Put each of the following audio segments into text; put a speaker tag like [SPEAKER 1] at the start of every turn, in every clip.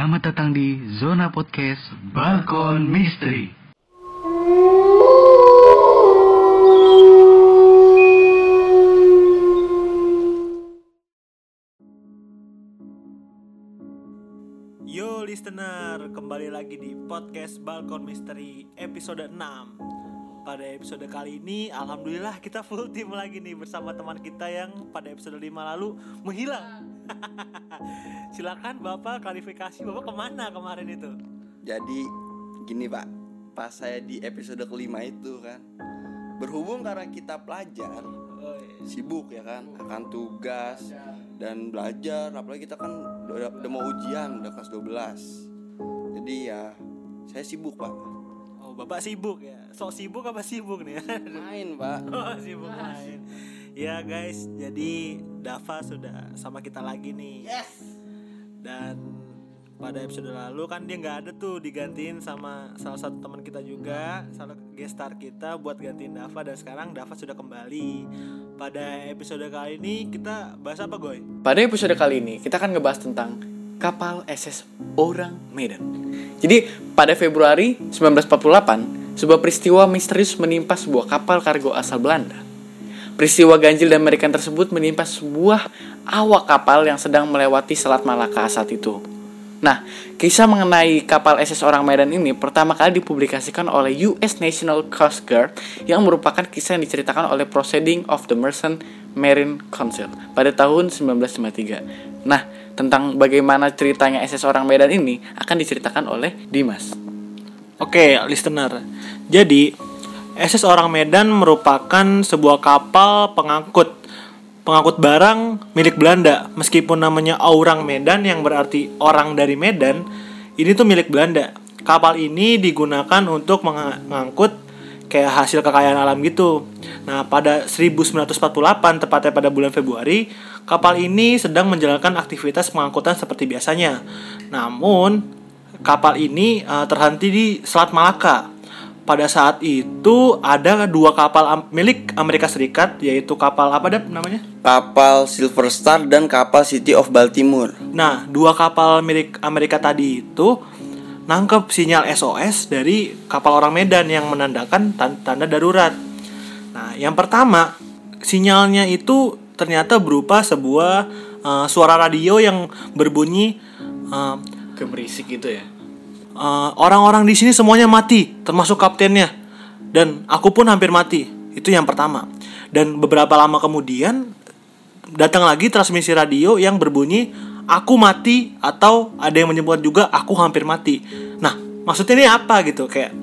[SPEAKER 1] Selamat datang di Zona Podcast Balkon Misteri.
[SPEAKER 2] Yo listener, kembali lagi di podcast Balkon Misteri episode 6. Pada episode kali ini, alhamdulillah kita full team lagi nih bersama teman kita yang pada episode 5 lalu menghilang. Silakan Bapak klarifikasi, Bapak kemana kemarin itu?
[SPEAKER 3] Jadi gini Pak, pas saya di episode kelima itu kan, berhubung karena kita pelajar, sibuk ya kan, akan tugas dan belajar, apalagi kita kan udah mau ujian, udah kelas 12. Jadi ya saya sibuk Pak.
[SPEAKER 2] Oh, Bapak sibuk ya? Sok sibuk apa sibuk nih?
[SPEAKER 3] Main Pak.
[SPEAKER 2] Oh, sibuk main. Ya guys, jadi Dava sudah sama kita lagi nih.
[SPEAKER 3] Yes.
[SPEAKER 2] Dan pada episode lalu kan dia nggak ada tuh, digantiin sama salah satu teman kita juga, salah guest star kita buat gantiin Dava. Dan sekarang Dava sudah kembali. Pada episode kali ini kita bahas apa, Goy?
[SPEAKER 4] Pada episode kali ini kita akan ngebahas tentang kapal SS Orang Medan. Jadi pada Februari 1948, sebuah peristiwa misterius menimpa sebuah kapal kargo asal Belanda. Peristiwa ganjil dan mengerikan tersebut menimpa sebuah awak kapal yang sedang melewati Selat Malaka saat itu. Nah, kisah mengenai kapal SS Orang Medan ini pertama kali dipublikasikan oleh US National Coast Guard yang merupakan kisah yang diceritakan oleh Proceedings of the Merchant Marine Council pada tahun 1953. Nah, tentang bagaimana ceritanya SS Orang Medan ini akan diceritakan oleh Dimas.
[SPEAKER 2] Oke, listener. Jadi, SS Orang Medan merupakan sebuah kapal pengangkut barang milik Belanda. Meskipun namanya Orang Medan yang berarti orang dari Medan, ini tuh milik Belanda. Kapal ini digunakan untuk mengangkut kayak hasil kekayaan alam gitu. Nah, pada 1948, tepatnya pada bulan Februari, kapal ini sedang menjalankan aktivitas pengangkutan seperti biasanya. Namun, kapal ini terhenti di Selat Malaka. Pada saat itu ada dua kapal milik Amerika Serikat, yaitu kapal apa namanya?
[SPEAKER 3] Kapal Silver Star dan kapal City of Baltimore.
[SPEAKER 2] Nah, dua kapal milik Amerika tadi itu nangkep sinyal SOS dari kapal Orang Medan yang menandakan tanda darurat. Nah, yang pertama, sinyalnya itu ternyata berupa sebuah suara radio yang berbunyi
[SPEAKER 4] Gemerisik gitu ya.
[SPEAKER 2] orang-orang di sini semuanya mati, termasuk kaptennya, dan aku pun hampir mati. Itu yang pertama. Dan beberapa lama kemudian datang lagi transmisi radio yang berbunyi aku mati, atau ada yang menyebut juga aku hampir mati. Nah, maksudnya ini apa gitu? Kayak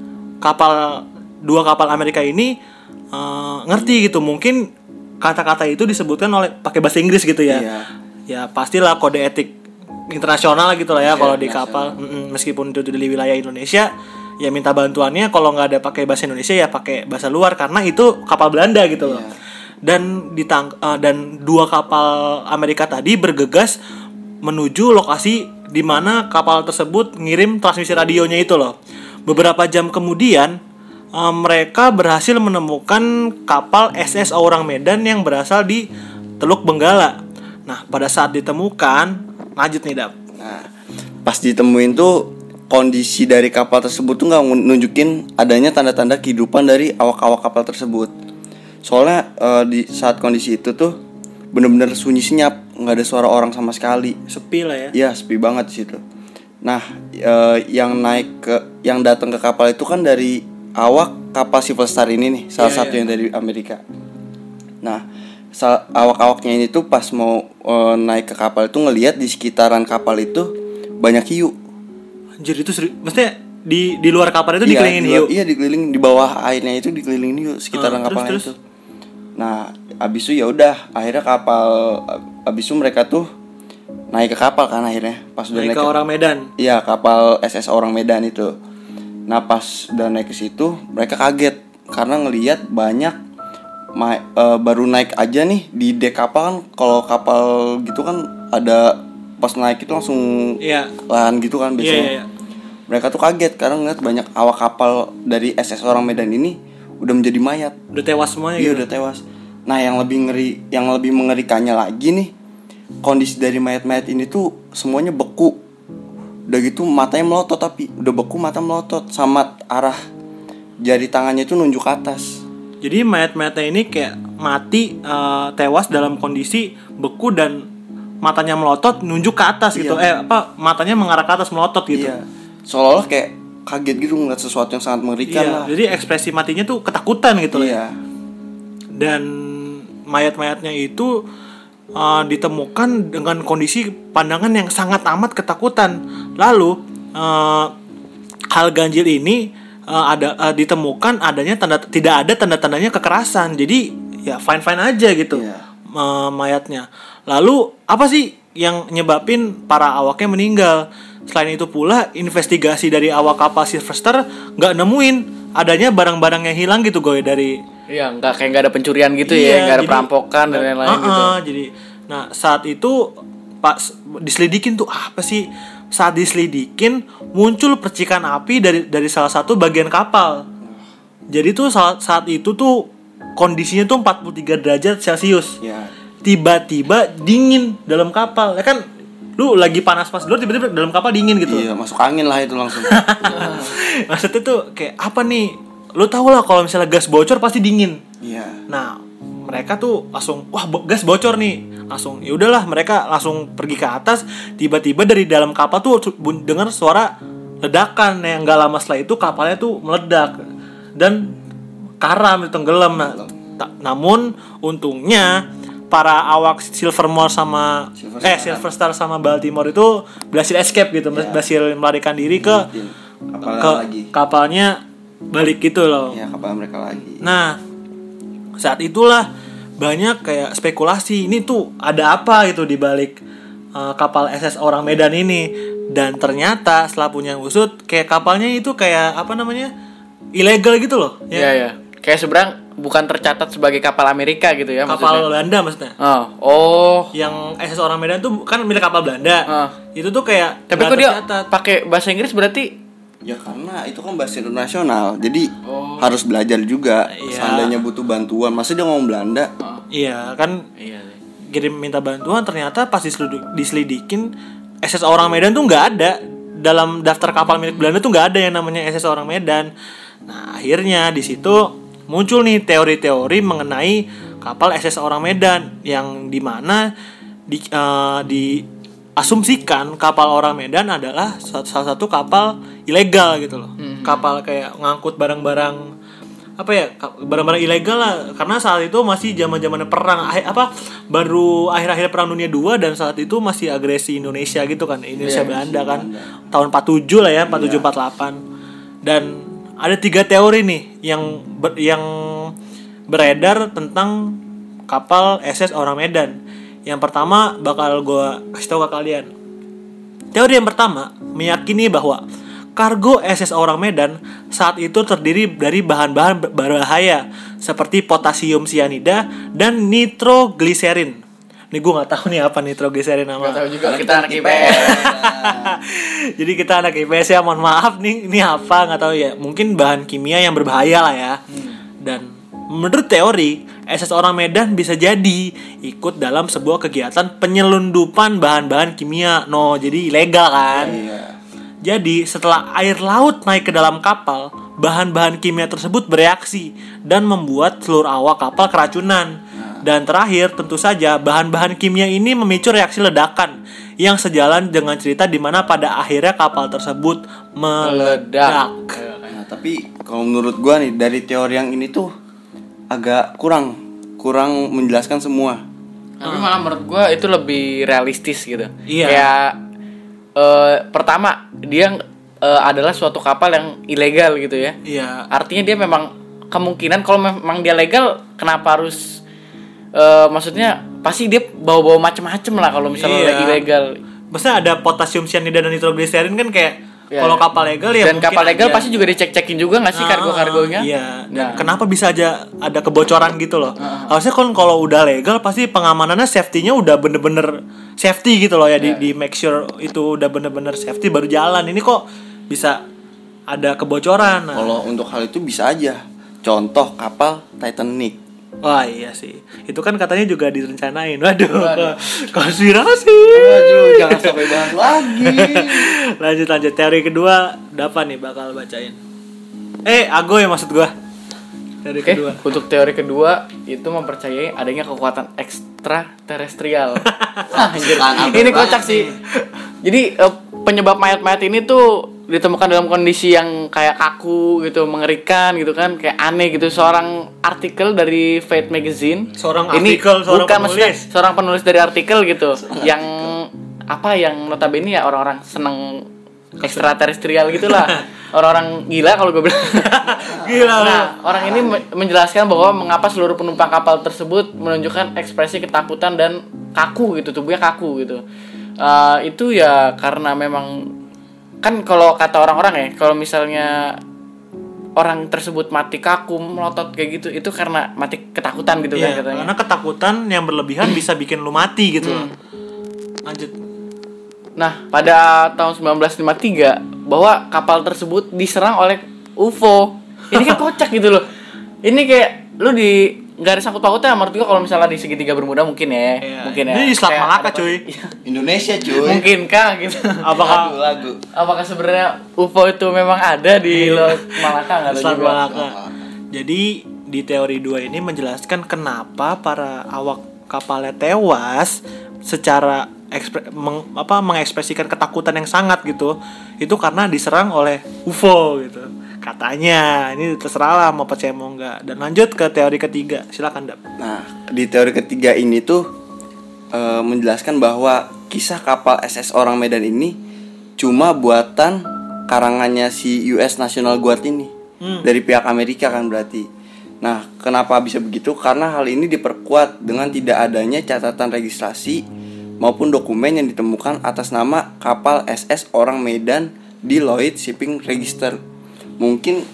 [SPEAKER 2] dua kapal Amerika ini ngerti gitu. Mungkin kata-kata itu disebutkan oleh pakai bahasa Inggris gitu ya.
[SPEAKER 3] Iya.
[SPEAKER 2] Ya pastilah kode etik internasional gitu lah ya kalau di kapal. Meskipun itu di wilayah Indonesia, ya minta bantuannya kalau nggak ada pakai bahasa Indonesia ya pakai bahasa luar, karena itu kapal Belanda gitu loh. Dan dua kapal Amerika tadi bergegas menuju lokasi di mana kapal tersebut ngirim transmisi radionya itu loh. Beberapa jam kemudian mereka berhasil menemukan kapal SS Orang Medan yang berasal di Teluk Benggala. Nah, pada saat ditemukan, lanjut nih Dap.
[SPEAKER 3] Nah, pas ditemuin tuh kondisi dari kapal tersebut tuh nggak nunjukin adanya tanda-tanda kehidupan dari awak-awak kapal tersebut. Soalnya di saat kondisi itu tuh benar-benar sunyi senyap, nggak ada suara orang sama sekali.
[SPEAKER 2] Sepi lah ya.
[SPEAKER 3] Iya, sepi banget di situ. Nah, yang datang ke kapal itu kan dari awak kapal Silver Star ini nih, salah satu yang dari Amerika. Nah, awak-awaknya ini tuh pas mau naik ke kapal itu ngelihat di sekitaran kapal itu banyak hiu.
[SPEAKER 2] Anjir, itu maksudnya di luar kapal itu dikelilingin hiu.
[SPEAKER 3] Iya, dikelilingin, di bawah airnya itu dikelilingin hiu sekitaran kapalnya itu. Nah, abis itu ya udah, akhirnya abis itu mereka tuh naik ke kapal kan akhirnya. Pas udah
[SPEAKER 2] naik ke Orang Medan.
[SPEAKER 3] Iya, kapal SS Orang Medan itu. Nah, pas udah naik ke situ, mereka kaget karena ngelihat banyak baru naik aja nih di dek kapal kan. Kalau kapal gitu kan ada pas naik itu langsung lahan gitu kan biasanya. Mereka tuh kaget karena ngeliat banyak awak kapal dari SS Orang Medan ini udah menjadi mayat.
[SPEAKER 2] Udah tewas semuanya.
[SPEAKER 3] Iya, udah tewas. Nah, yang lebih mengerikannya lagi nih, kondisi dari mayat-mayat ini tuh semuanya beku Udah gitu matanya melotot, tapi udah beku mata melotot, sama arah jari tangannya itu nunjuk ke atas.
[SPEAKER 2] Jadi mayat-mayatnya ini kayak mati, tewas dalam kondisi beku dan matanya melotot nunjuk ke atas gitu. Matanya mengarah ke atas melotot gitu.
[SPEAKER 3] Iya. Seolah-olah kayak kaget gitu ngeliat sesuatu yang sangat mengerikan lah.
[SPEAKER 2] Jadi ekspresi matinya tuh ketakutan gitu.
[SPEAKER 3] Iya.
[SPEAKER 2] Dan mayat-mayatnya itu ditemukan dengan kondisi pandangan yang sangat amat ketakutan. Lalu hal ganjil ini ditemukan adanya tidak ada tanda-tandanya kekerasan. Jadi ya fine-fine aja gitu. Mayatnya. Lalu apa sih yang nyebabin para awaknya meninggal? Selain itu pula investigasi dari awak kapal Silver Star nggak nemuin adanya barang-barang yang hilang gitu gue dari.
[SPEAKER 4] Iya, nggak ada pencurian gitu ya, nggak ada perampokan dan lain-lain gitu.
[SPEAKER 2] Jadi, nah saat itu pas diselidikin tuh apa sih? Saat diselidikin muncul percikan api dari salah satu bagian kapal. Jadi tuh saat itu tuh kondisinya tuh 43 derajat Celcius.
[SPEAKER 3] Ya.
[SPEAKER 2] Tiba-tiba dingin dalam kapal. Ya kan lu lagi panas-panas dulu tiba-tiba dalam kapal dingin gitu.
[SPEAKER 3] Iya, masuk angin lah itu langsung.
[SPEAKER 2] Maksudnya tuh kayak apa nih? Lu tau lah kalau misalnya gas bocor pasti dingin.
[SPEAKER 3] Iya.
[SPEAKER 2] Nah, mereka tuh langsung gas bocor nih. Langsung ya udahlah mereka langsung pergi ke atas, tiba-tiba dari dalam kapal tuh dengar suara ledakan yang enggak lama setelah itu kapalnya tuh meledak dan karam tenggelam. Namun untungnya para awak Silver Star sama Baltimore itu berhasil escape gitu, berhasil melarikan diri ke kapalnya balik gitu loh.
[SPEAKER 3] Iya, kapal mereka lagi.
[SPEAKER 2] Nah, saat itulah banyak kayak spekulasi ini tuh ada apa gitu di balik kapal SS Orang Medan ini. Dan ternyata setelah punya usut kayak kapalnya itu kayak apa namanya? Ilegal gitu loh.
[SPEAKER 4] Iya. Kayak seberang bukan tercatat sebagai kapal Amerika gitu ya
[SPEAKER 2] kapal
[SPEAKER 4] maksudnya.
[SPEAKER 2] Belanda maksudnya. Yang SS Orang Medan tuh kan milik kapal Belanda. Itu tuh kayak
[SPEAKER 4] tapi kok dia pakai bahasa Inggris berarti?
[SPEAKER 3] Ya karena itu kan bahasa internasional, jadi harus belajar juga. Seandainya butuh bantuan, masa dia ngomong Belanda?
[SPEAKER 2] Iya kan, kirim minta bantuan, ternyata pas diselidikin SS Orang Medan tuh nggak ada dalam daftar kapal milik Belanda tuh nggak ada yang namanya SS Orang Medan. Nah akhirnya di situ muncul nih teori-teori mengenai kapal SS Orang Medan yang dimana asumsikan kapal Orang Medan adalah salah satu kapal ilegal gitu loh. Kapal kayak ngangkut barang-barang barang-barang ilegal lah, karena saat itu masih zaman-zamannya perang baru akhir-akhir perang dunia 2 dan saat itu masih agresi Indonesia gitu kan. Indonesia Belanda kan tahun 47 lah ya, 47 48. Dan ada 3 teori nih yang beredar tentang kapal SS Orang Medan. Yang pertama bakal gue kasih tahu ke kalian. Teori yang pertama meyakini bahwa kargo SS Orang Medan saat itu terdiri dari bahan-bahan berbahaya seperti potasium sianida dan nitrogliserin. Nih gue nggak tahu nih apa nitrogliserin nama.
[SPEAKER 4] Nggak tahu juga, kita anak IPS.
[SPEAKER 2] Jadi kita anak IPS ya, mohon maaf nih, ini apa nggak tahu ya. Mungkin bahan kimia yang berbahaya lah ya. Dan menurut teori, SS Orang Medan bisa jadi ikut dalam sebuah kegiatan penyelundupan bahan-bahan kimia. Jadi ilegal kan?
[SPEAKER 3] Iya.
[SPEAKER 2] Jadi setelah air laut naik ke dalam kapal, bahan-bahan kimia tersebut bereaksi dan membuat seluruh awak kapal keracunan. Dan terakhir, tentu saja bahan-bahan kimia ini memicu reaksi ledakan yang sejalan dengan cerita di mana pada akhirnya kapal tersebut meledak.
[SPEAKER 3] Nah, tapi kalau menurut gua nih dari teori yang ini tuh agak kurang menjelaskan semua.
[SPEAKER 4] Tapi malah menurut gue itu lebih realistis gitu.
[SPEAKER 2] Iya.
[SPEAKER 4] Kayak pertama dia adalah suatu kapal yang ilegal gitu ya.
[SPEAKER 2] Iya.
[SPEAKER 4] Artinya dia memang kemungkinan kalau memang dia legal, kenapa harus maksudnya pasti dia bawa-bawa macem-macem lah kalau misalnya ilegal.
[SPEAKER 2] Maksudnya ada potasium sianida dan nitrogliserin kan kayak kalau kapal legal ya.
[SPEAKER 4] Dan kapal legal pasti juga dicek-cekin juga nggak sih kargo-kargonya?
[SPEAKER 2] Iya. Dan kenapa bisa aja ada kebocoran gitu loh? Harusnya kalau udah legal pasti pengamanannya, safety-nya udah bener-bener safety gitu loh ya. Di make sure itu udah bener-bener safety baru jalan. Ini kok bisa ada kebocoran?
[SPEAKER 3] Kalau untuk hal itu bisa aja. Contoh kapal Titanic.
[SPEAKER 2] Wah iya sih. Itu kan katanya juga direncanain. Waduh. Konspirasi.
[SPEAKER 3] Aduh, jangan sampai bahas lagi.
[SPEAKER 2] Lanjut. Teori kedua Dava nih bakal bacain. Ago ya maksud gua. Teori
[SPEAKER 4] Oke,
[SPEAKER 2] kedua.
[SPEAKER 4] untuk teori kedua itu mempercayai adanya kekuatan ekstraterestrial. Anjir, ini kocak sih. Jadi penyebab mayat-mayat ini tuh ditemukan dalam kondisi yang kayak kaku gitu, mengerikan gitu kan, kayak aneh gitu. Seorang artikel dari Fate Magazine.
[SPEAKER 2] Seorang
[SPEAKER 4] ini
[SPEAKER 2] artikel, seorang
[SPEAKER 4] bukan
[SPEAKER 2] penulis.
[SPEAKER 4] maksudnya seorang penulis dari artikel gitu, yang yang notabene ya orang-orang seneng ekstraterestrial gitulah. Orang-orang gila kalau gue bilang.
[SPEAKER 2] Gila.
[SPEAKER 4] Nah, orang ini menjelaskan bahwa mengapa seluruh penumpang kapal tersebut menunjukkan ekspresi ketakutan dan kaku gitu, tubuhnya kaku gitu. Itu ya karena memang kan kalau kata orang-orang ya, kalau misalnya orang tersebut mati kaku, melotot kayak gitu, itu karena mati ketakutan gitu kan katanya.
[SPEAKER 2] Karena ketakutan yang berlebihan bisa bikin lu mati gitu. Lanjut.
[SPEAKER 4] Nah, pada tahun 1953 bahwa kapal tersebut diserang oleh UFO. Ini kan kocak gitu loh. Ini kayak lu di nggak ada sangkut pautnya menurut gua kalau misalnya di segitiga Bermuda mungkin ya.
[SPEAKER 2] Iya.
[SPEAKER 4] Mungkin ya.
[SPEAKER 2] Ini di Selat
[SPEAKER 4] Kayak
[SPEAKER 2] Malaka,
[SPEAKER 4] ada-
[SPEAKER 2] cuy.
[SPEAKER 3] Indonesia cuy.
[SPEAKER 4] Mungkinkah gitu.
[SPEAKER 3] Lagu.
[SPEAKER 4] Apakah sebenarnya UFO itu memang ada di Laut Malaka enggak tahu
[SPEAKER 2] Selat
[SPEAKER 4] juga.
[SPEAKER 2] Malaka. Jadi di teori 2 ini menjelaskan kenapa para awak kapalnya tewas secara mengekspresikan ketakutan yang sangat gitu. Itu karena diserang oleh UFO gitu. Katanya, ini terserah lah mau percaya mau enggak. Dan lanjut ke teori ketiga, silakan Dap.
[SPEAKER 3] Nah, di teori ketiga ini tuh menjelaskan bahwa kisah kapal SS Orang Medan ini cuma buatan karangannya si US National Guard ini. Dari pihak Amerika kan berarti. Nah, kenapa bisa begitu? Karena hal ini diperkuat dengan tidak adanya catatan registrasi maupun dokumen yang ditemukan atas nama kapal SS Orang Medan di Lloyd Shipping Register. Mungkin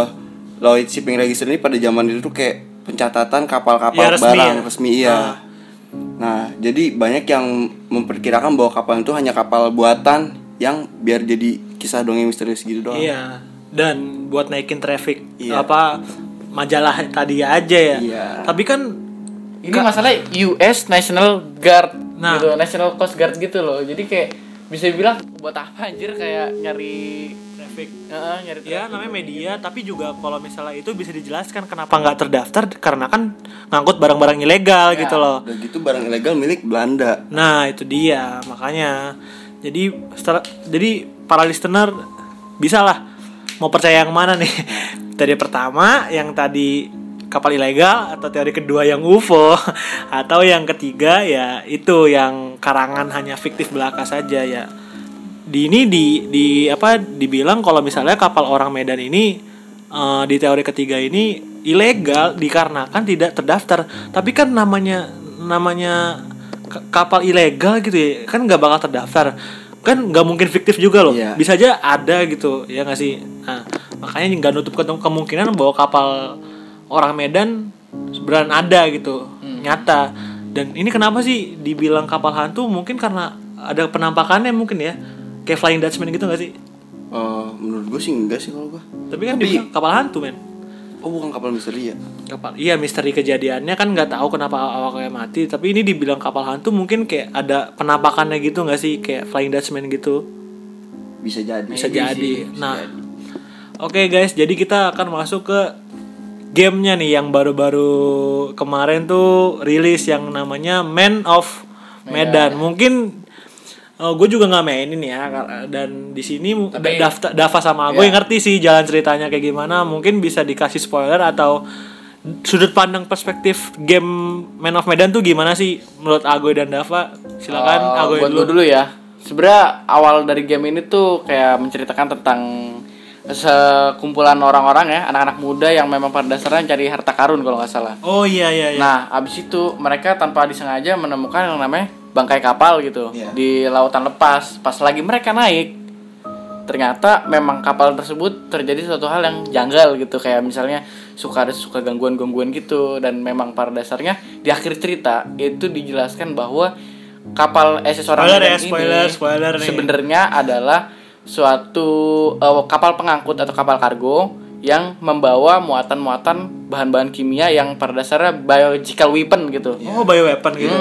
[SPEAKER 3] Lloyd Shipping Register ini pada zaman itu tuh kayak pencatatan kapal-kapal
[SPEAKER 2] Ya,
[SPEAKER 3] barang
[SPEAKER 2] ya.
[SPEAKER 3] resmi ya. Nah, jadi banyak yang memperkirakan bahwa kapal itu hanya kapal buatan yang biar jadi kisah dongeng misterius gitu doang.
[SPEAKER 2] Iya. Dan buat naikin traffic
[SPEAKER 3] Iya.
[SPEAKER 2] majalah tadi aja ya.
[SPEAKER 3] Iya.
[SPEAKER 2] Tapi kan
[SPEAKER 4] Ini masalah US National Guard
[SPEAKER 2] Nah.
[SPEAKER 4] gitu, National Coast Guard gitu loh. Jadi kayak bisa bilang buat apa anjir kayak nyari
[SPEAKER 2] traffic
[SPEAKER 4] nyari
[SPEAKER 2] ya
[SPEAKER 4] traffic.
[SPEAKER 2] namanya media, tapi juga kalau misalnya itu bisa dijelaskan kenapa nggak terdaftar karena kan ngangkut barang-barang ilegal
[SPEAKER 4] Ya.
[SPEAKER 2] gitu loh.
[SPEAKER 3] Udah gitu barang ilegal milik Belanda.
[SPEAKER 2] Nah itu dia makanya. Jadi para listener bisa lah mau percaya yang mana nih. Teori pertama yang tadi kapal ilegal, atau teori kedua yang UFO, atau yang ketiga ya itu yang karangan hanya fiktif belaka saja ya. Dibilang kalau misalnya kapal Orang Medan ini di teori ketiga ini ilegal dikarenakan tidak terdaftar. Tapi kan namanya kapal ilegal gitu ya, kan nggak bakal terdaftar. Kan nggak mungkin fiktif juga loh.
[SPEAKER 3] Iya.
[SPEAKER 2] Bisa aja ada gitu ya nggak sih. Nah makanya nggak nutup kemungkinan bahwa kapal Orang Medan beneran ada gitu, nyata. Dan ini kenapa sih dibilang kapal hantu? Mungkin karena ada penampakannya mungkin ya, kayak Flying Dutchman gitu nggak sih?
[SPEAKER 3] Menurut gue sih enggak sih kalau gue.
[SPEAKER 2] Tapi kan dibilang kapal hantu men.
[SPEAKER 3] Oh, bukan kapal misteri ya?
[SPEAKER 2] Iya, misteri kejadiannya kan nggak tahu kenapa awaknya mati. Tapi ini dibilang kapal hantu mungkin kayak ada penampakannya gitu nggak sih, kayak Flying Dutchman gitu?
[SPEAKER 3] Bisa jadi.
[SPEAKER 2] Bisa jadi. Nah, oke guys, jadi kita akan masuk ke gamenya nih yang baru-baru kemarin tuh rilis yang namanya Man of Medan. Mungkin gue juga nggak mainin ya, dan di sini
[SPEAKER 4] Tapi-
[SPEAKER 2] Dava sama gue
[SPEAKER 4] Iya.
[SPEAKER 2] yang ngerti sih jalan ceritanya kayak gimana. Mungkin bisa dikasih spoiler atau sudut pandang perspektif game Man of Medan tuh gimana sih menurut Agoy dan Dava? Silakan Agoy
[SPEAKER 4] buat gue dulu ya. Sebenarnya awal dari game ini tuh kayak menceritakan tentang sekumpulan orang-orang ya, anak-anak muda yang memang pada dasarnya cari harta karun kalau nggak salah.
[SPEAKER 2] Oh iya.
[SPEAKER 4] Nah, abis itu mereka tanpa disengaja menemukan yang namanya bangkai kapal gitu di lautan lepas. Pas lagi mereka naik, ternyata memang kapal tersebut terjadi suatu hal yang janggal gitu, kayak misalnya suka gangguan-gangguan gitu. Dan memang pada dasarnya di akhir cerita itu dijelaskan bahwa kapal SS Orang Medan
[SPEAKER 2] spoiler nih.
[SPEAKER 4] sebenarnya adalah suatu kapal pengangkut atau kapal kargo yang membawa muatan-muatan bahan-bahan kimia yang pada dasarnya biological weapon gitu.
[SPEAKER 2] Oh, bioweapon gitu.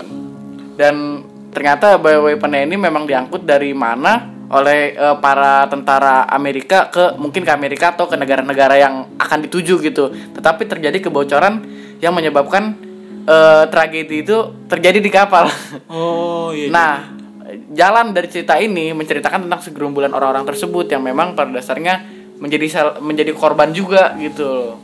[SPEAKER 4] Dan ternyata bioweaponnya ini memang diangkut dari mana oleh para tentara Amerika mungkin ke Amerika atau ke negara-negara yang akan dituju gitu. Tetapi terjadi kebocoran yang menyebabkan tragedi itu terjadi di kapal.
[SPEAKER 2] Oh, iya.
[SPEAKER 4] Nah, jalan dari cerita ini menceritakan tentang segerombolan orang-orang tersebut yang memang pada dasarnya menjadi korban juga gitu loh.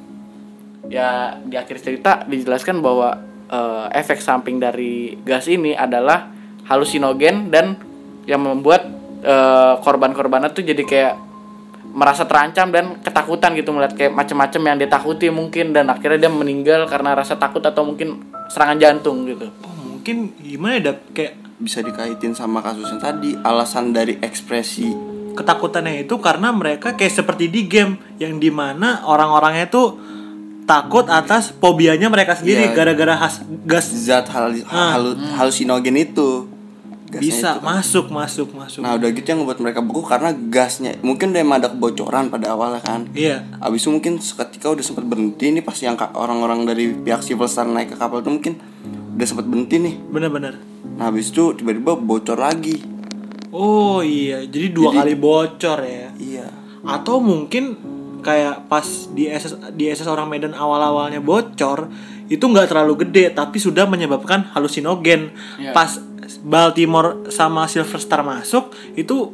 [SPEAKER 4] Ya, di akhir cerita dijelaskan bahwa efek samping dari gas ini adalah halusinogen dan yang membuat korban-korbannya tuh jadi kayak merasa terancam dan ketakutan gitu, melihat kayak macam-macam yang dia takuti mungkin, dan akhirnya dia meninggal karena rasa takut atau mungkin serangan jantung gitu.
[SPEAKER 2] Oh, mungkin gimana ya, kayak
[SPEAKER 3] Bisa dikaitin sama kasusnya tadi, alasan dari ekspresi.
[SPEAKER 2] ketakutannya itu karena mereka kayak seperti di game yang dimana orang-orangnya tuh takut atas fobianya mereka sendiri
[SPEAKER 3] Iya.
[SPEAKER 2] gara-gara gas
[SPEAKER 3] Zat halusinogen itu gasnya
[SPEAKER 2] bisa
[SPEAKER 3] itu kan.
[SPEAKER 2] masuk.
[SPEAKER 3] Nah udah gitu yang ngebuat mereka beku karena gasnya mungkin udah emang ada kebocoran pada awalnya kan.
[SPEAKER 2] Iya.
[SPEAKER 3] Abis itu mungkin seketika udah sempat berhenti nih, pas yang orang-orang dari pihak Civil Star naik ke kapal itu mungkin udah sempat berhenti nih.
[SPEAKER 2] Benar-benar.
[SPEAKER 3] Nah abis itu tiba-tiba bocor lagi.
[SPEAKER 2] Oh iya, jadi dua
[SPEAKER 3] Jadi-
[SPEAKER 2] kali bocor ya.
[SPEAKER 3] Iya.
[SPEAKER 2] Atau mungkin kayak pas di SS orang Medan awal-awalnya bocor itu nggak terlalu gede tapi sudah menyebabkan halusinogen.
[SPEAKER 4] Iya.
[SPEAKER 2] Pas Baltimore sama Silver Star masuk itu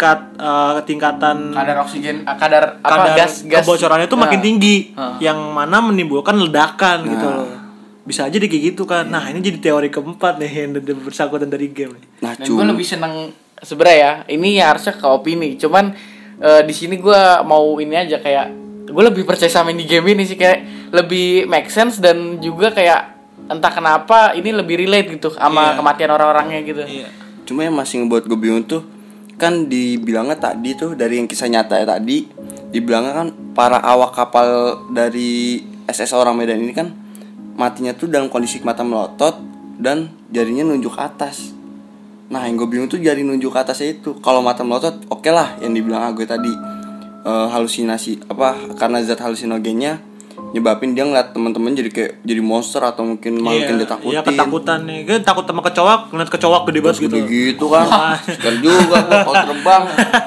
[SPEAKER 2] tingkatan
[SPEAKER 4] Kadar oksigen, kadar gas
[SPEAKER 2] kebocorannya itu makin tinggi
[SPEAKER 4] Nah.
[SPEAKER 2] yang mana menimbulkan ledakan gitu loh. Bisa aja deh kayak gitu kan. Nah, ini jadi teori keempat nih yang bersangkutan dari game nih.
[SPEAKER 3] Nah
[SPEAKER 4] Dan gue lebih seneng sebenarnya ya, ini ya harusnya ke opini. Cuman di sini gue mau ini aja, kayak gue lebih percaya sama ini game ini sih, kayak lebih make sense dan juga kayak entah kenapa ini lebih relate gitu sama
[SPEAKER 2] Iya.
[SPEAKER 4] kematian orang-orangnya gitu.
[SPEAKER 2] Iya.
[SPEAKER 3] Cuma yang masih ngebuat gue bingung tuh, kan dibilangnya tadi tuh dari yang kisah nyata ya tadi, dibilangnya kan para awak kapal dari SS orang Medan ini kan matinya tuh dalam kondisi mata melotot dan jarinya nunjuk ke atas. Nah yang gue bingung tuh jari nunjuk ke atasnya itu, kalau mata melotot oke lah yang dibilang gue tadi, halusinasi karena zat halusinogennya nyebabin dia ngeliat teman-teman jadi monster atau mungkin makhluk yang ditakutin.
[SPEAKER 2] Iya, ketakutan nih. Gue takut sama kecoak, ngeliat kecoak gede banget gitu.
[SPEAKER 3] Gitu kan. Sekarang juga gue kalau terbang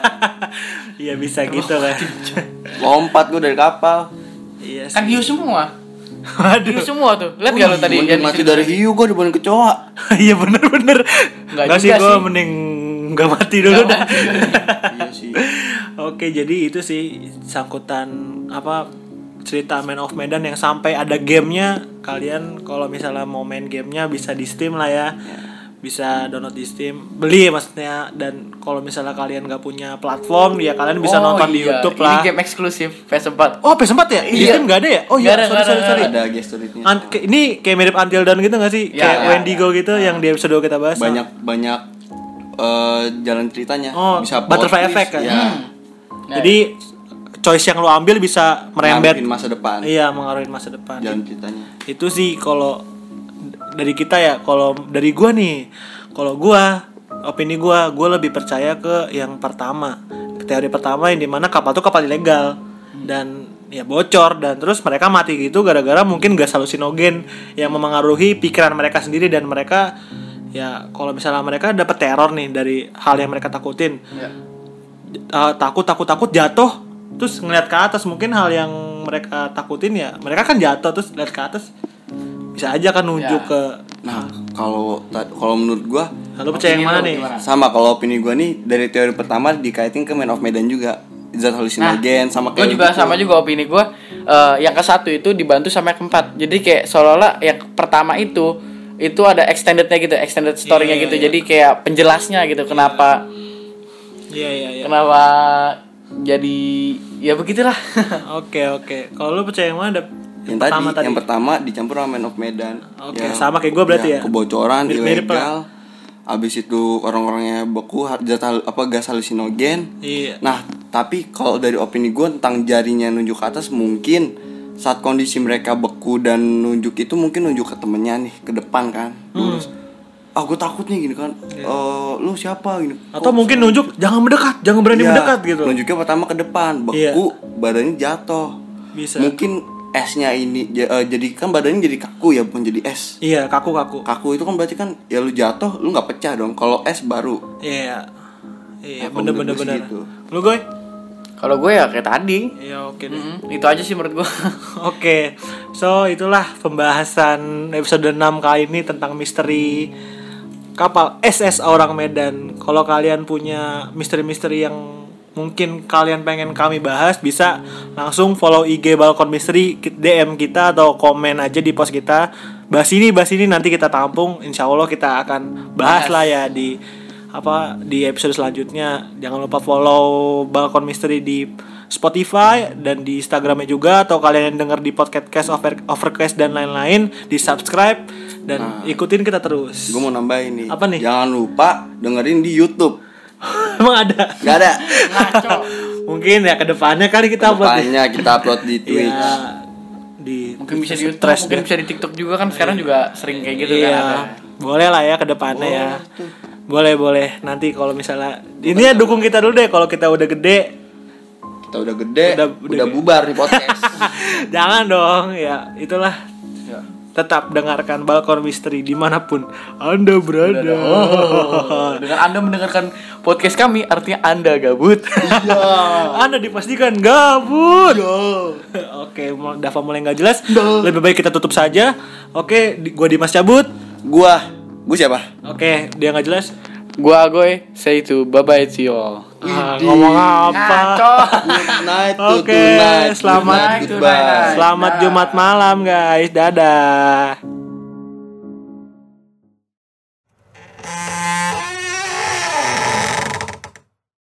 [SPEAKER 2] Iya, bisa gitu kan.
[SPEAKER 3] lompat gue dari kapal.
[SPEAKER 2] Iya
[SPEAKER 4] Kan
[SPEAKER 2] sih.
[SPEAKER 4] hiu semua.
[SPEAKER 2] Waduh.
[SPEAKER 4] Hiu semua tuh. Lihat gak lo tadi?
[SPEAKER 3] Mending
[SPEAKER 4] yang
[SPEAKER 3] mati
[SPEAKER 4] di-
[SPEAKER 3] dari hiu gue dibanding kecoa.
[SPEAKER 2] Iya bener.
[SPEAKER 4] Nggak
[SPEAKER 2] sih,
[SPEAKER 4] juga
[SPEAKER 2] gue
[SPEAKER 4] sih.
[SPEAKER 2] mending nggak mati dulu dah.
[SPEAKER 3] Iya sih.
[SPEAKER 2] Oke, jadi itu sih sangkutan cerita Man of Medan yang sampai ada gamenya. Kalian kalau misalnya mau main gamenya bisa di Steam lah ya. Bisa download di Steam, beli maksudnya. Dan kalau misalnya kalian nggak punya platform, ya kalian bisa nonton di
[SPEAKER 4] iya.
[SPEAKER 2] YouTube
[SPEAKER 4] Ini
[SPEAKER 2] lah.
[SPEAKER 4] game eksklusif PS4.
[SPEAKER 2] Oh, PS4 ya? Di
[SPEAKER 4] Iya.
[SPEAKER 2] Steam nggak ada ya? Oh iya,
[SPEAKER 4] Nggak ada,
[SPEAKER 2] sorry.
[SPEAKER 3] Ada gesturitnya.
[SPEAKER 2] Ini kayak mirip Until Dawn gitu gak sih?
[SPEAKER 4] Ya,
[SPEAKER 2] Kayak
[SPEAKER 4] ya,
[SPEAKER 2] Wendigo gitu yang di episode kita bahas.
[SPEAKER 3] Banyak jalan ceritanya.
[SPEAKER 2] Oh,
[SPEAKER 3] Bisa
[SPEAKER 2] butterfly
[SPEAKER 3] plot twist,
[SPEAKER 2] effect kan?
[SPEAKER 3] Ya.
[SPEAKER 2] Jadi choice yang lo ambil bisa merembet.
[SPEAKER 3] Ngaruhin masa depan.
[SPEAKER 2] Iya, mengaruhi masa depan.
[SPEAKER 3] Jalan ceritanya.
[SPEAKER 2] Itu sih kalau dari kita ya. Kalau dari gua nih, kalau gua opini gua lebih percaya ke yang pertama. Teori pertama yang dimana kapal tuh kapal ilegal dan ya bocor, dan terus mereka mati gitu gara-gara mungkin gas halusinogen yang memengaruhi pikiran mereka sendiri, dan mereka ya kalau misalnya mereka dapat teror nih dari hal yang mereka takutin,
[SPEAKER 4] Ya.
[SPEAKER 2] takut jatuh terus ngeliat ke atas, mungkin hal yang mereka takutin ya mereka kan jatuh terus lihat ke atas, bisa aja kan nunjuk
[SPEAKER 4] Ya.
[SPEAKER 2] ke.
[SPEAKER 3] Nah, kalau menurut gua
[SPEAKER 2] Lalu percaya yang
[SPEAKER 4] Opini
[SPEAKER 2] mana
[SPEAKER 4] lu
[SPEAKER 2] nih?
[SPEAKER 4] gimana?
[SPEAKER 3] sama, kalau opini gua nih dari teori pertama dikaitin ke Man of Medan juga. Zat halusinogen sama
[SPEAKER 4] Gue
[SPEAKER 3] kayak
[SPEAKER 4] juga
[SPEAKER 3] gitu.
[SPEAKER 4] sama juga opini gue. Yang ke satu itu dibantu sama yang keempat. Jadi kayak seolah-olah yang pertama itu ada extendednya gitu, extended story-nya
[SPEAKER 2] Iya,
[SPEAKER 4] gitu.
[SPEAKER 2] iya.
[SPEAKER 4] Jadi kayak penjelasnya gitu kenapa
[SPEAKER 2] Iya.
[SPEAKER 4] kenapa jadi ya begitulah.
[SPEAKER 2] Oke. Kalau lu percaya yang mana?
[SPEAKER 3] Yang yang pertama dicampur sama Man of Medan.
[SPEAKER 2] Oke, sama kayak gua berarti ya?
[SPEAKER 3] Kebocoran
[SPEAKER 2] Mirip-mirip
[SPEAKER 3] ilegal. Abis itu orang-orangnya beku gas halusinogen.
[SPEAKER 2] Iya.
[SPEAKER 3] Nah, tapi kalau dari opini gue tentang jarinya nunjuk ke atas, mungkin saat kondisi mereka beku dan nunjuk itu mungkin nunjuk ke temennya nih, ke depan kan, lurus. gue takut nih gini kan. Lu siapa gini?
[SPEAKER 2] Atau mungkin nunjuk jangan mendekat, jangan berani mendekat gitu.
[SPEAKER 3] Nunjuknya pertama ke depan, beku, badannya jatuh.
[SPEAKER 2] Bisa.
[SPEAKER 3] Mungkin esnya ini jadi kan badannya jadi kaku ya, bukan jadi es.
[SPEAKER 2] Iya, kaku.
[SPEAKER 3] Kaku itu kan berarti kan ya lu jatuh lu nggak pecah dong. Kalau es baru.
[SPEAKER 2] Iya,
[SPEAKER 3] Kalau
[SPEAKER 2] bener.
[SPEAKER 3] menurut gue gitu.
[SPEAKER 2] Lu Goy?
[SPEAKER 4] Kalau gue ya kayak tadi.
[SPEAKER 2] Iya, oke deh.
[SPEAKER 4] Itu aja sih menurut gue.
[SPEAKER 2] Oke, so itulah pembahasan episode 6 kali ini tentang misteri kapal SS Orang Medan. Kalau kalian punya misteri-misteri yang mungkin kalian pengen kami bahas, bisa langsung follow IG Balkon Misteri, DM kita atau komen aja di post kita. Bahas ini nanti kita tampung. Insya Allah kita akan bahas lah ya di episode selanjutnya. Jangan lupa follow Balkon Misteri di Spotify dan di Instagramnya juga, atau kalian yang denger di podcast Overcast dan lain-lain di subscribe dan ikutin kita terus.
[SPEAKER 3] Gue mau nambahin nih.
[SPEAKER 2] Apa nih?
[SPEAKER 3] Jangan lupa dengerin di YouTube.
[SPEAKER 2] Emang ada?
[SPEAKER 3] Gak ada.
[SPEAKER 4] Ngaco.
[SPEAKER 2] Mungkin ya kedepannya kali kita upload.
[SPEAKER 3] Banyak kita upload di Twitch.
[SPEAKER 2] Ya, di
[SPEAKER 4] Mungkin bisa di YouTube, mungkin bisa di TikTok juga kan sekarang juga sering kayak gitu
[SPEAKER 2] iya,
[SPEAKER 4] kan.
[SPEAKER 2] boleh lah ya kedepannya ya. Boleh. Nanti kalau misalnya ini ya dukung kita dulu deh. Kalau kita udah gede,
[SPEAKER 3] Kita udah gede, udah
[SPEAKER 2] gede.
[SPEAKER 3] bubar di podcast.
[SPEAKER 2] jangan dong ya. Itulah. Tetap dengarkan Balkon Misteri dimanapun Anda berada.
[SPEAKER 4] Dengan Anda mendengarkan podcast kami artinya Anda gabut.
[SPEAKER 2] Anda dipastikan gabut. Oke, Dava mulai nggak jelas. Lebih baik kita tutup saja. Oke, gua Dimas cabut.
[SPEAKER 3] Gue siapa?
[SPEAKER 2] Oke, dia nggak jelas.
[SPEAKER 4] Gua Agoy, say to bye bye to you all.
[SPEAKER 2] Ngomong apa?
[SPEAKER 3] Good night to
[SPEAKER 2] Oke,
[SPEAKER 3] tonight.
[SPEAKER 2] selamat
[SPEAKER 3] Good night, goodbye.
[SPEAKER 2] Selamat Jumat malam guys. Dadah.